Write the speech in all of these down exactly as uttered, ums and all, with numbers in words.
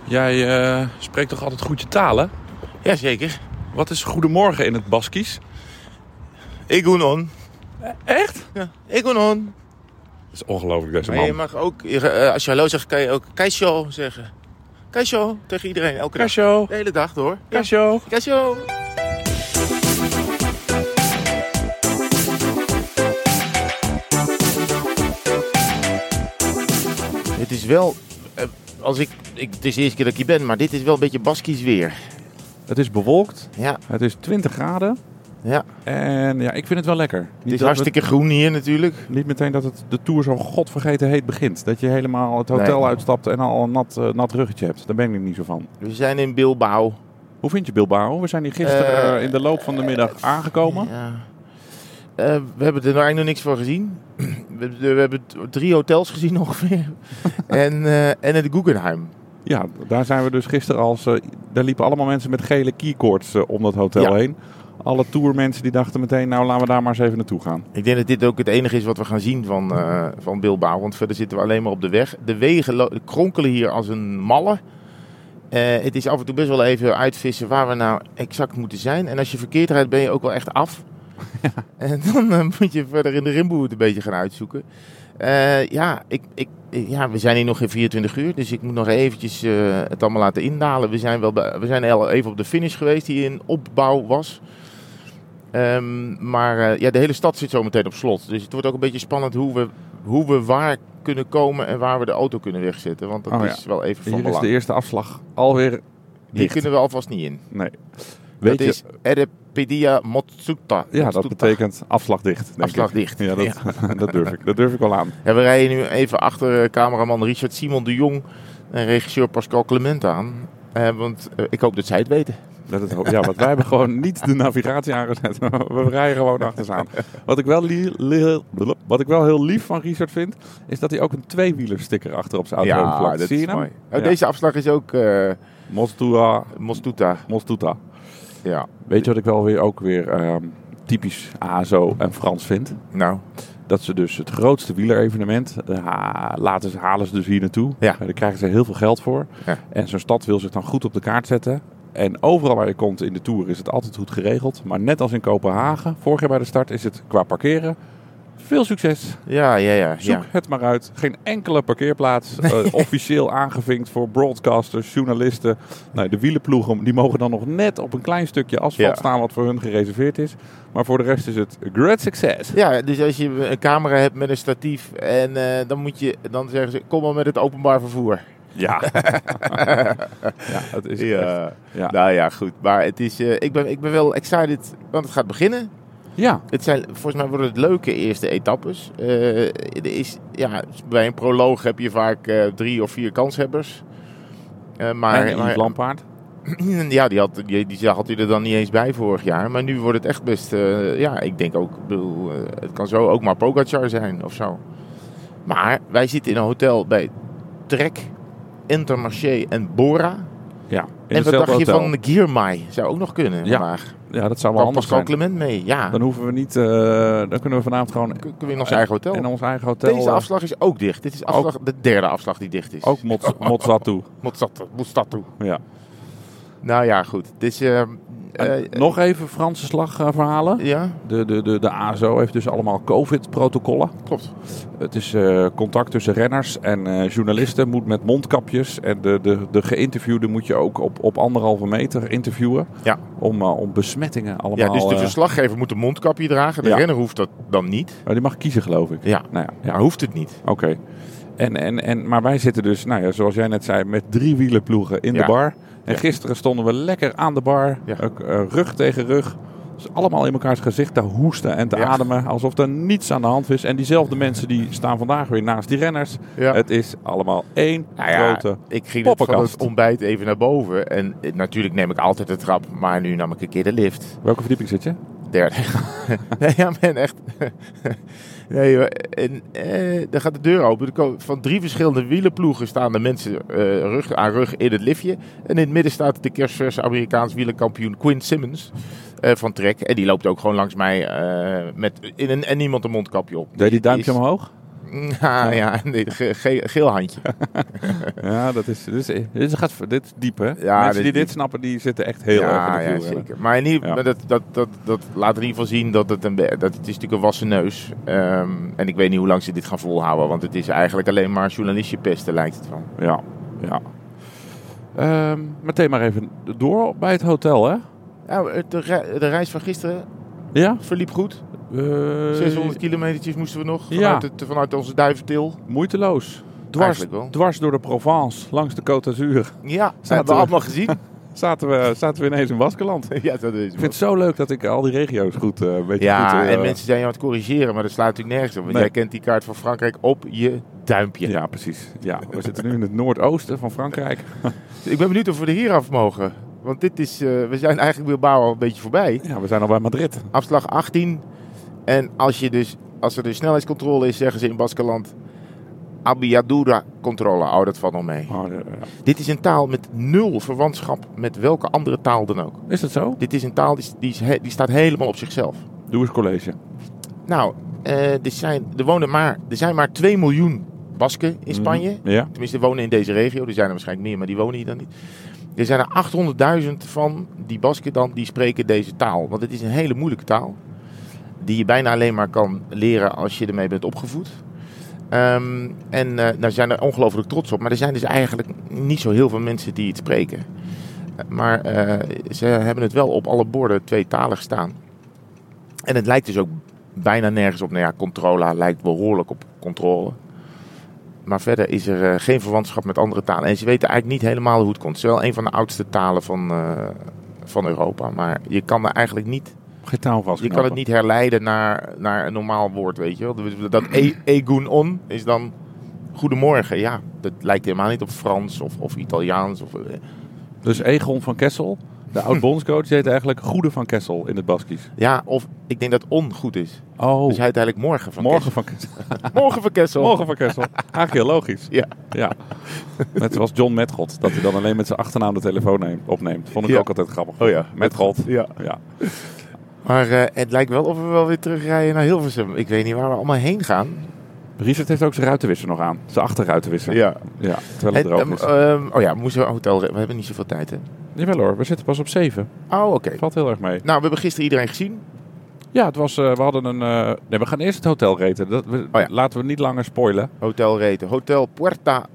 Jij uh, spreekt toch altijd goed je taal, hè? Jazeker. Wat is goedemorgen in het Baskisch? Egunon. Echt? Ja, Egunon. Dat is ongelooflijk, deze maar man. je mag ook, als je hallo zegt, kan je ook Kaisho zeggen. Kaisho, tegen iedereen, elke dag. Kaisho. De hele dag door. Kaisho. Ja. Kaisho. Het is wel, als ik, ik, het is de eerste keer dat ik hier ben, maar dit is wel een beetje Baskisch weer. Het is bewolkt. Ja. Het is twintig graden. Ja. En ja, ik vind het wel lekker. Niet het is hartstikke het, groen hier natuurlijk. Niet meteen dat het de Tour zo godvergeten heet begint. Dat je helemaal het hotel nee. uitstapt en al een nat, uh, nat ruggetje hebt. Daar ben ik niet zo van. We zijn in Bilbao. Hoe vind je Bilbao? We zijn hier gisteren uh, in de loop van de middag aangekomen. Ja. Uh, we hebben er eigenlijk nog niks van gezien. We, we hebben drie hotels gezien ongeveer. en, uh, en het Guggenheim. Ja, daar zijn we dus gisteren als... Uh, daar liepen allemaal mensen met gele keycords uh, om dat hotel ja. heen. Alle tourmensen die dachten meteen, nou laten we daar maar eens even naartoe gaan. Ik denk dat dit ook het enige is wat we gaan zien van, uh, van Bilbao. Want verder zitten we alleen maar op de weg. De wegen lo- kronkelen hier als een malle. Uh, het is af en toe best wel even uitvissen waar we nou exact moeten zijn. En als je verkeerd rijdt ben je ook wel echt af. Ja. En dan uh, moet je verder in de rimboe het een beetje gaan uitzoeken. Uh, ja, ik, ik, ja, we zijn hier nog geen vierentwintig uur, dus ik moet nog eventjes uh, het allemaal laten indalen. We zijn, wel bij, we zijn al even op de finish geweest die in opbouw was. Um, maar uh, ja, de hele stad zit zo meteen op slot. Dus het wordt ook een beetje spannend hoe we, hoe we waar kunnen komen en waar we de auto kunnen wegzetten. Want dat oh, is ja. wel even van Hier belang. Is de eerste afslag alweer dicht. Hier kunnen we alvast niet in. Nee. Weet dat je... is Erepedia Motsuta. Ja, dat betekent afslag dicht. Denk afslag ik. dicht. Ja, dat, ja. dat, durf ik, dat durf ik wel aan. Ja, we rijden nu even achter cameraman Richard Simon de Jong en regisseur Pascal Clement aan. Uh, want uh, ik hoop dat zij het weten. Dat het, ja, want wij hebben gewoon niet de navigatie aangezet. We rijden gewoon achter ze aan. Wat ik, wel li- li- wat ik wel heel lief van Richard vind, is dat hij ook een tweewielersticker achter op zijn auto ja, plakt. Dat Zie je is hem? mooi. Oh, ja. Deze afslag is ook... Uh, Mostuta. Mostuta. Mostuta. Ja. Weet je wat ik wel weer ook weer um, typisch A S O en Frans vind? Nou? Dat ze dus het grootste wielerevenement, uh, laten ze, halen ze dus hier naartoe. Ja. Daar krijgen ze heel veel geld voor. Ja. En zo'n stad wil zich dan goed op de kaart zetten. En overal waar je komt in de Tour is het altijd goed geregeld. Maar net als in Kopenhagen, vorig jaar bij de start, is het qua parkeren veel succes. Ja, ja, ja. Zoek ja. het maar uit. Geen enkele parkeerplaats uh, officieel aangevinkt voor broadcasters, journalisten. Nou, de wielenploegen die mogen dan nog net op een klein stukje asfalt ja. staan wat voor hun gereserveerd is. Maar voor de rest is het great success. Ja, dus als je een camera hebt met een statief en uh, dan moet je, dan zeggen ze, kom maar met het openbaar vervoer. Ja. ja, het is ja. Echt, ja. Nou ja, goed. Maar het is, uh, ik, ben, ik ben wel excited, want het gaat beginnen. Ja. Het zijn, volgens mij worden het leuke eerste etappes. Uh, er is, ja, bij een proloog heb je vaak uh, drie of vier kanshebbers. Uh, maar, en Yves Lampaard? Ja, die had, die, die had hij er dan niet eens bij vorig jaar. Maar nu wordt het echt best... Uh, ja, ik denk ook... Bedoel, uh, het kan zo ook maar Pogacar zijn of zo. Maar wij zitten in een hotel bij Trek, Intermarché en Bora. Ja, en wat dacht hotel. je van Girmay? Zou ook nog kunnen. Ja, maar ja dat zou wel anders zijn. Pascal Clement mee, ja. Dan hoeven we niet... Uh, dan kunnen we vanavond gewoon... Kunnen we in ons eigen hotel. In ons eigen hotel. Deze afslag is ook dicht. Dit is afslag, ook, de derde afslag die dicht is. Ook Motsatu. Motsatu. Motsatu. Ja. Nou ja, goed. Dus, uh, uh, nog even Franse slagverhalen. Uh, ja. De, de, de, de A S O heeft dus allemaal COVID-protocollen. Klopt. Het is uh, contact tussen renners en uh, journalisten moet met mondkapjes. En de, de, de geïnterviewden moet je ook op, op anderhalve meter interviewen. Ja. Om, uh, om besmettingen allemaal... Ja, dus de verslaggever moet een mondkapje dragen. De ja. renner hoeft dat dan niet. Maar die mag kiezen, geloof ik. Ja, nou ja, ja. maar hoeft het niet. Oké. Okay. En, en, en, maar wij zitten dus, nou ja, zoals jij net zei, met drie wielerploegen in ja. de bar. En ja. gisteren stonden we lekker aan de bar, ja. uh, rug tegen rug. Dus allemaal in elkaars gezicht te hoesten en te ja. ademen. Alsof er niets aan de hand is. En diezelfde mensen die staan vandaag weer naast die renners. Ja. Het is allemaal één nou ja, grote ik ging het van het ontbijt even naar boven. En natuurlijk neem ik altijd de trap. Maar nu nam ik een keer de lift. Welke verdieping zit je? Derde. Nee, ja, ben echt... Nee, en eh, dan gaat de deur open. Van drie verschillende wielerploegen staan de mensen uh, rug aan rug in het liftje. En in het midden staat de kerstverse Amerikaans wielerkampioen Quinn Simmons uh, van Trek. En die loopt ook gewoon langs mij uh, met in een, en niemand een mondkapje op. Deed die duimpje is, omhoog? Nou ja, nee, ge- ge- geel handje. Ja, dat is, dit, is, dit, gaat, dit is diep, hè? Ja, Mensen die dit- dit snappen, die zitten echt heel ja, erg in de ja, wielrennen. zeker. Maar, in ieder, Ja. maar dat, dat, dat, dat laat in ieder geval zien dat het, een, be- dat het is natuurlijk een wassen neus. Um, en ik weet niet hoe lang ze dit gaan volhouden. Want het is eigenlijk alleen maar journalistje pesten, lijkt het wel. Ja, ja. Um, meteen maar even door bij het hotel, hè? Ja, de, re- de reis van gisteren Ja? verliep goed. Uh, zeshonderd kilometertjes moesten we nog Ja. vanuit, het, vanuit onze duiventil. Moeiteloos. Dwars, Eigenlijk wel. dwars door de Provence, langs de Côte d'Azur. Ja, dat Zaten hebben we we- allemaal gezien. Zaten we, zaten we ineens in Baskeland. Ja, dat is Ik vind het zo leuk dat ik al die regio's goed uh, een beetje Ja, goed... uh, en mensen zijn je aan het corrigeren, maar dat slaat natuurlijk nergens op. Want Nee. jij kent die kaart van Frankrijk op je duimpje. Ja, precies. Ja, we zitten nu in het noordoosten van Frankrijk. Ik ben benieuwd of we er hier af mogen. Want dit is, uh, we zijn eigenlijk Bilbao al een beetje voorbij. Ja, we zijn al bij Madrid. Afslag achttien. En als, je dus, als er dus snelheidscontrole is, zeggen ze in Baskeland... Abiadura controle. Oh, dat valt nog mee. Oh, ja, ja. Dit is een taal met nul verwantschap met welke andere taal dan ook. Is dat zo? Dit is een taal die, die, is he- die staat helemaal op zichzelf. Doe eens college. Nou, uh, er, zijn, er, wonen maar, er zijn maar twee miljoen Basken in Spanje. Mm, ja. Tenminste, die wonen in deze regio. Er zijn er waarschijnlijk meer, maar die wonen hier dan niet. Er zijn er achthonderdduizend van die Basken dan, die spreken deze taal. Want het is een hele moeilijke taal. Die je bijna alleen maar kan leren als je ermee bent opgevoed. Um, en uh, daar zijn er ongelooflijk trots op. Maar er zijn dus eigenlijk niet zo heel veel mensen die het spreken. Uh, maar uh, ze hebben het wel op alle borden tweetalig staan. En het lijkt dus ook bijna nergens op. Nou ja, controla lijkt behoorlijk op controle. Maar verder is er uh, geen verwantschap met andere talen. En ze weten eigenlijk niet helemaal hoe het komt. Het is wel een van de oudste talen van, uh, van Europa. Maar je kan er eigenlijk niet... Geen taal Je vastknopen. kan het niet herleiden naar, naar een normaal woord, weet je wel. Dat e, egun on is dan goedemorgen. Ja, dat lijkt helemaal niet op Frans of, of Italiaans. Of, Dus Egon van Kessel, de oud-bondscoach, die heet eigenlijk Goede van Kessel in het Baskisch. ja, of ik denk dat on goed is. Oh, Dus hij heet eigenlijk morgen van morgen van Kessel. Kessel. Morgen van Kessel. Morgen van Kessel. Eigenlijk heel logisch. Ja. Ja. Net zoals John Metgod, dat hij dan alleen met zijn achternaam de telefoon neemt, opneemt. Vond ik Ja. ook altijd grappig. Oh ja. Metgod. Ja. Ja. Maar uh, het lijkt wel of we wel weer terugrijden naar Hilversum. Ik weet niet waar we allemaal heen gaan. Richard heeft ook zijn ruitenwisser nog aan. Zijn achterruitenwisser. Ja. Ja, terwijl het En, droog um, is. um, oh ja, we moesten een hotel... We hebben niet zoveel tijd, hè? Jawel hoor, we zitten pas op zeven. Oh, oké. Okay. Valt heel erg mee. Nou, we hebben gisteren iedereen gezien. Ja, het was, uh, we hadden een... Uh, nee, we gaan eerst het hotel reten. Dat, we, Oh ja. Laten we niet langer spoilen. Hotel reten. Hotel Puerta,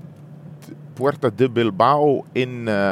Puerta de Bilbao in uh,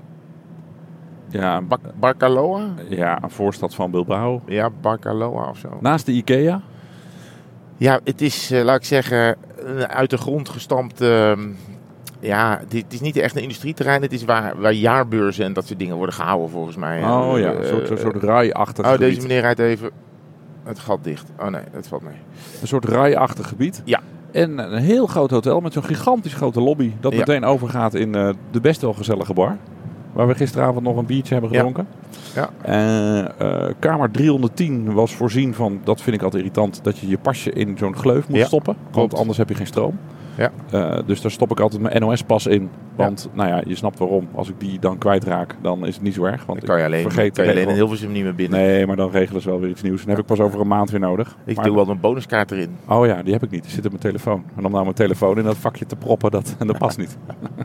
Ja, Bar- Barcaloa. ja, een voorstad van Bilbao. Ja, Barcaloa of zo. Naast de Ikea. Ja, het is, uh, laat ik zeggen, een uit de grond gestampt... Uh, ja, het is niet echt een industrieterrein. Het is waar, waar jaarbeurzen en dat soort dingen worden gehouden, volgens mij. Oh uh, ja, een soort, een soort rai-achtig Oh, gebied. deze meneer rijdt even het gat dicht. Oh nee, dat valt mee. Een soort rai-achtig gebied. Ja. En een heel groot hotel met zo'n gigantisch grote lobby. Dat Ja. meteen overgaat in uh, de best wel gezellige bar. Waar we gisteravond nog een biertje hebben gedronken. Ja. Uh, uh, kamer driehonderdtien was voorzien van, dat vind ik altijd irritant, dat je je pasje in zo'n gleuf moet Ja, stoppen. Want klopt. anders heb je geen stroom. Ja. Uh, dus daar stop ik altijd mijn N O S-pas in. Want, nou ja, je snapt waarom. Als ik die dan kwijtraak, dan is het niet zo erg. Want Dan kan je alleen, vergeet kan je alleen in regel- Hilversum niet meer binnen. Nee, maar dan regelen ze wel weer iets nieuws. En heb ik pas over een maand weer nodig. Ik maar, doe wel een bonuskaart erin. Oh ja, die heb ik niet. Die zit op mijn telefoon. En om nou mijn telefoon in dat vakje te proppen, dat, dat past niet.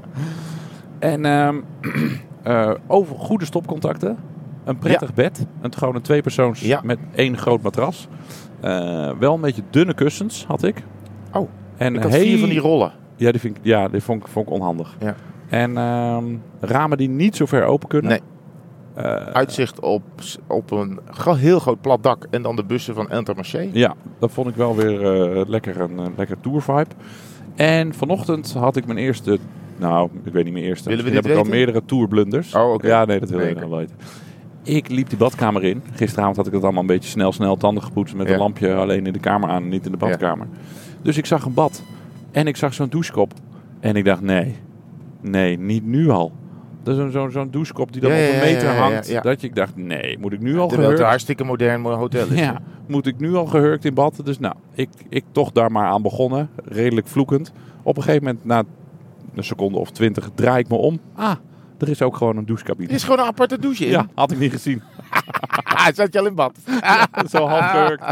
En um, uh, over goede stopcontacten. Een prettig Ja. bed. Een, gewoon een tweepersoons Ja. met één groot matras. Uh, wel een beetje dunne kussens had ik. Oh, en ik had hey, vier van die rollen. Ja, die, vind ik, ja, die vond, ik, vond ik onhandig. Ja. En um, ramen die niet zo ver open kunnen. Nee. Uh, Uitzicht op, op een gro- heel groot plat dak en dan de bussen van Intermarché. Ja, dat vond ik wel weer uh, lekker een uh, lekker tour vibe. En vanochtend had ik mijn eerste, nou, ik weet niet mijn eerste. Willen we heb dit ik al weten? meerdere tourblunders. Oh, oké. Ja, nee, dat wil Nee, ik oké. wel weten. Ik liep die badkamer in. Gisteravond had ik het allemaal een beetje snel, snel tanden gepoetst met Ja. een lampje alleen in de kamer aan en niet in de badkamer. Ja. Dus ik zag een bad en ik zag zo'n douchekop en ik dacht, nee, nee, niet nu al. Dat is zo'n zo'n zo'n douchekop die dan Ja, ja, op een ja, meter ja, ja, hangt. ja. Dat je ik dacht, nee, moet ik nu al Terwijl het een gehurkt? hartstikke modern mooi hotel is. Ja, moet ik nu al gehurkt in bad? Dus nou, ik, ik toch daar maar aan begonnen. Redelijk vloekend. Op een gegeven moment, na een seconde of twintig, draai ik me om. Ah, er is ook gewoon een douchecabine. Er is gewoon een aparte douche in. Ja, had ik niet gezien. Zat je al in bad? Ja, zo half geurkt.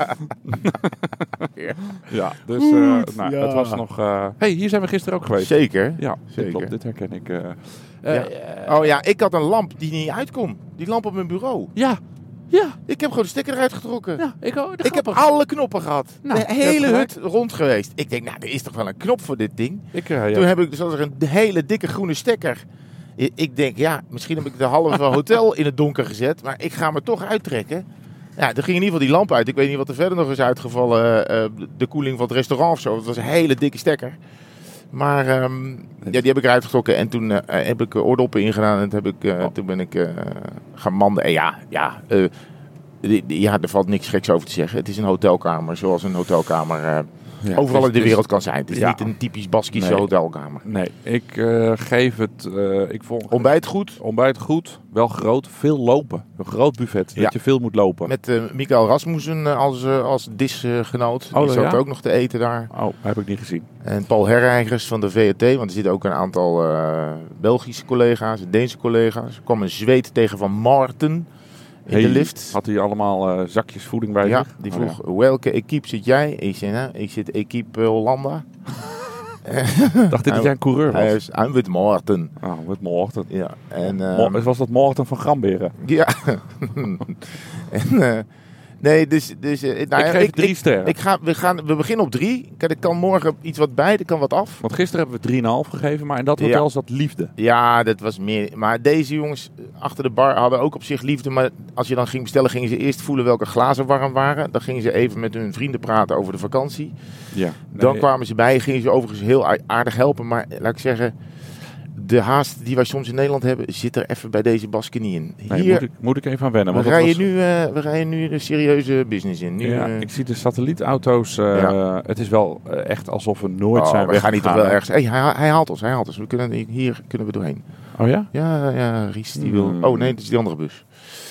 Ja, dus uh, nou, ja. het was nog... Uh... hey, hier zijn we gisteren ook geweest. Zeker. Ja, Zeker. Dit, klopt, dit herken ik. Uh, uh, ja. Uh, oh ja, ik had een lamp die niet uitkom. Die lamp op mijn bureau. Ja. Ja. Ik heb gewoon de stekker eruit getrokken. Ja, ik ook, ik heb alle knoppen gehad. Nou, de hele hut rond geweest. Ik denk, nou, er is toch wel een knop voor dit ding. Ik, uh, ja. Toen heb ik dus er een hele dikke groene stekker. Ik denk, ja, misschien heb ik de halve hotel in het donker gezet. Maar ik ga me toch uittrekken. Ja, er ging in ieder geval die lamp uit. Ik weet niet wat er verder nog is uitgevallen. Uh, de koeling van het restaurant of zo. Het was een hele dikke stekker. Maar um, ja, die heb ik eruit getrokken. En toen uh, heb ik oordoppen ingedaan. En toen, heb ik, uh, oh. toen ben ik uh, gaan manden. En ja, ja, uh, die, die, ja, er valt niks geks over te zeggen. Het is een hotelkamer zoals een hotelkamer uh, ja, overal in de wereld kan zijn. Het is ja. niet een typisch Baskische nee. hotelkamer. Nee, ik uh, geef het... Uh, ik vond, ontbijt goed? Ontbijt goed. Wel groot. Veel lopen. Een groot buffet. Ja. Dat je veel moet lopen. Met uh, Michael Rasmussen uh, als, uh, als disgenoot. Uh, oh, die zat ja? ook nog te eten daar. Oh, heb ik niet gezien. En Paul Herreigers van de V R T. Want er zitten ook een aantal uh, Belgische collega's. Deense collega's. Er kwam een Zweed tegen van Maarten. In hey, de lift. Had hij allemaal uh, zakjes voeding bij ja, zich? Die vroeg, oh, ja. welke equipe zit jij? Ik zei, nou, ik zit equipe Hollanda. Dacht hij dat jij een coureur was? Hij is I'm with Maarten. Ah, oh, with Maarten. Ja. En, uh, was dat Maarten van Gramberen? Ja. en... Uh, Nee, dus... dus uh, nou, ik geef ik, drie ik, sterren. Ik ga, we, gaan, we beginnen op drie. Er kan morgen iets wat bij, er kan wat af. Want gisteren hebben we drie komma vijf gegeven, maar in dat hotel ja. zat liefde. Ja, dat was meer... Maar deze jongens achter de bar hadden ook op zich liefde. Maar als je dan ging bestellen, gingen ze eerst voelen welke glazen warm waren. Dan gingen ze even met hun vrienden praten over de vakantie. Ja, nee, dan kwamen ze bij, gingen ze overigens heel aardig helpen. Maar laat ik zeggen... De haast die wij soms in Nederland hebben, zit er even bij deze Basken niet in. Hier, nee, moet, ik, moet ik even aan wennen. We rijden, was... nu, uh, we rijden nu de serieuze business in. Nu, ja, uh... ik zie de satellietauto's. Uh, ja. Het is wel uh, echt alsof we nooit oh, zijn we gaan niet op wel ergens. Hey, hij, hij haalt ons, hij haalt ons. We kunnen, hier kunnen we doorheen. Oh ja? Ja, ja Ries die wil... Oh nee, dat is die andere bus.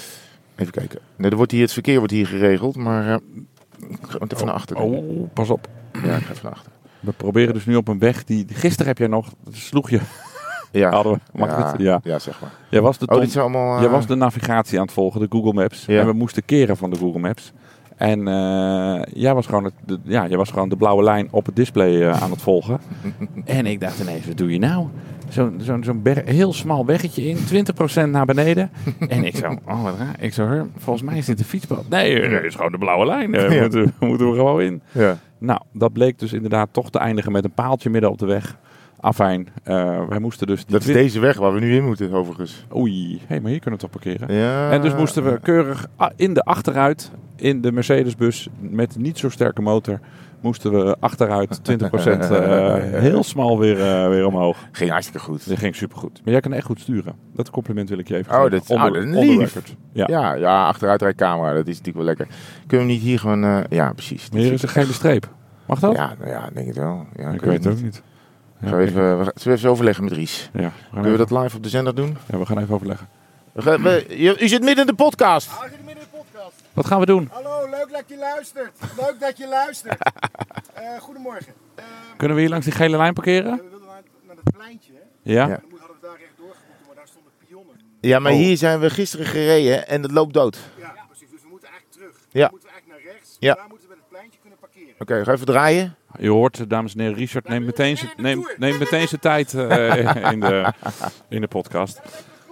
Even kijken. Nee, er wordt hier, het verkeer wordt hier geregeld, maar... Uh, ik ga even oh, naar achter. Oh, pas op. Ja, ik ga even naar achter. We proberen dus nu op een weg die... Gisteren heb jij nog... Sloeg je... Ja. Hadden we, mag ja, het? Ja. ja, zeg maar. Jij was de, oh, dit is allemaal, uh... jij was de navigatie aan het volgen, de Google Maps. Ja. En we moesten keren van de Google Maps. En uh, jij, was gewoon het, de, ja, jij was gewoon de blauwe lijn op het display uh, aan het volgen. En ik dacht ineens, wat doe je nou? Zo'n zo, zo berg, heel smal weggetje in, twintig procent naar beneden. En ik zo, oh wat raar. Ik zo, volgens mij is dit een fietspad. Nee, dat is gewoon de blauwe lijn. Daar ja. moeten, moeten we gewoon in. Ja. Nou, dat bleek dus inderdaad toch te eindigen met een paaltje midden op de weg. Afijn, uh, wij moesten dus... Dat is twin... deze weg waar we nu in moeten, overigens. Oei, hé, hey, maar hier kunnen we toch parkeren? Ja. En dus moesten we keurig in de achteruit, in de Mercedes-bus met niet zo sterke motor, moesten we achteruit twintig procent uh, heel smal weer, uh, weer omhoog. Ging hartstikke goed. Dat ging supergoed. Maar jij kan echt goed sturen. Dat compliment wil ik je even oh, geven. Dat, onder, oh, dat is onder lief. Ja. Ja, ja, achteruitrijcamera, dat is natuurlijk wel lekker. Kunnen we niet hier gewoon... Uh, ja, precies. Maar hier is een gele streep. Mag dat? Ja, nou ja, denk ik wel. Ja, ik weet het ook niet. Ja, gaan we, even, we gaan we even overleggen met Ries. Ja, we Kunnen we even... dat live op de zender doen? Ja, we gaan even overleggen. We gaan, we, je, u zit midden in de podcast. Ah, ik zit midden in de podcast. Wat gaan we doen? Hallo, leuk dat je luistert. Leuk dat je luistert. uh, goedemorgen. Uh, Kunnen we hier langs die gele lijn parkeren? Uh, we wilden naar, naar het pleintje. Hè? Ja. ja. Dan hadden we daar echt doorgekomen, maar daar stonden pionnen. Ja, maar oh. hier zijn we gisteren gereden en het loopt dood. Ja, ja, precies. Dus we moeten eigenlijk terug. Ja. Dan moeten we eigenlijk naar rechts. Ja. Daar moeten we bij het pleintje kunnen parkeren. Oké, okay, ga even draaien. Je hoort, dames en heren, Richard neemt meteen zijn neem, neem meteen zijn tijd uh, in, de, in de podcast.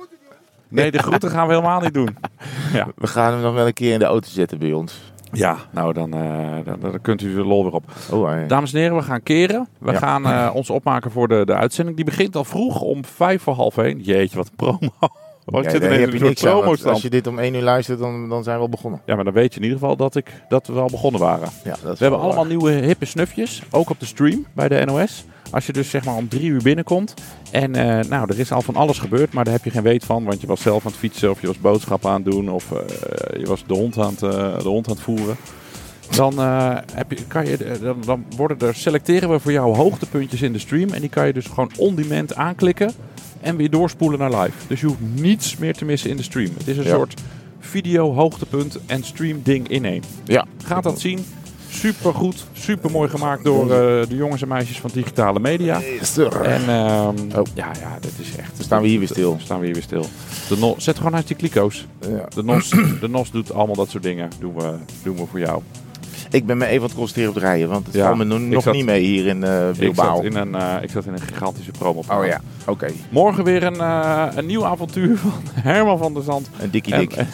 Nee, de groeten gaan we helemaal niet doen. Ja. We gaan hem nog wel een keer in de auto zetten bij ons. Ja, nou dan, uh, dan, dan kunt u de lol weer op. Oh, ja. Dames en heren, we gaan keren. We ja. gaan uh, ons opmaken voor de, de uitzending. Die begint al vroeg om vijf voor half één. Jeetje, wat een promo. Oh, ja, daar heb je niks aan, als je dit om één uur luistert, dan, dan zijn we al begonnen. Ja, maar dan weet je in ieder geval dat, ik, dat we al begonnen waren. Ja, dat is we hebben allemaal waar. nieuwe hippe snufjes, ook op de stream bij de N O S. Als je dus zeg maar om drie uur binnenkomt en uh, nou, er is al van alles gebeurd, maar daar heb je geen weet van. Want je was zelf aan het fietsen of je was boodschappen aan het doen of uh, je was de hond aan het, uh, de hond aan het voeren. Dan, uh, heb je, kan je, dan, dan worden er, selecteren we voor jou hoogtepuntjes in de stream. En die kan je dus gewoon on-demand aanklikken en weer doorspoelen naar live. Dus je hoeft niets meer te missen in de stream. Het is een ja. soort video, hoogtepunt en stream ding in één. Ja. Gaat dat zien? Super goed, super mooi gemaakt door uh, de jongens en meisjes van Digitale Media. En uh, oh. ja, ja, dit is echt... Dan staan we hier weer stil. Dan staan we hier weer stil. De no- Zet gewoon uit die kliko's. Ja. De, Nos, de Nos doet allemaal dat soort dingen. Doen we, doen we voor jou. Ik ben me even aan het concentreren op het rijden, want het ja, valt me nog, nog zat, niet mee hier in uh, Bilbao. Ik zat in, een, uh, ik zat in een gigantische promo. Oh ja, oké. Okay. Morgen weer een, uh, een nieuw avontuur van Herman van der Zand. Een dikkie dik. En,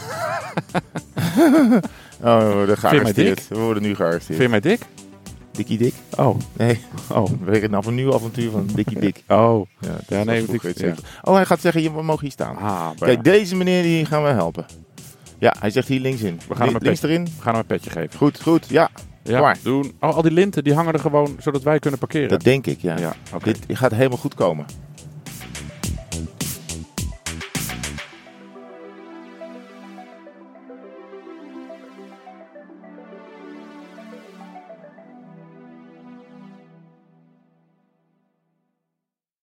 oh, we worden gearresteerd. We worden nu gearresteerd. Vind je mij dik? Dikkie dik? Oh. Nee. Oh, weer een, een nieuw avontuur van Dikkie dik. Oh. Ja, ja nee, ik, ja. Oh, hij gaat zeggen, je mag hier staan. Ah, kijk, deze meneer die gaan we helpen. Ja, hij zegt hier links in. We gaan Li- hem links petje, erin. We gaan hem een petje geven. Goed, goed. Ja. Ja, doen. Oh, al die linten die hangen er gewoon zodat wij kunnen parkeren. Dat denk ik, ja. ja okay. Dit gaat helemaal goed komen.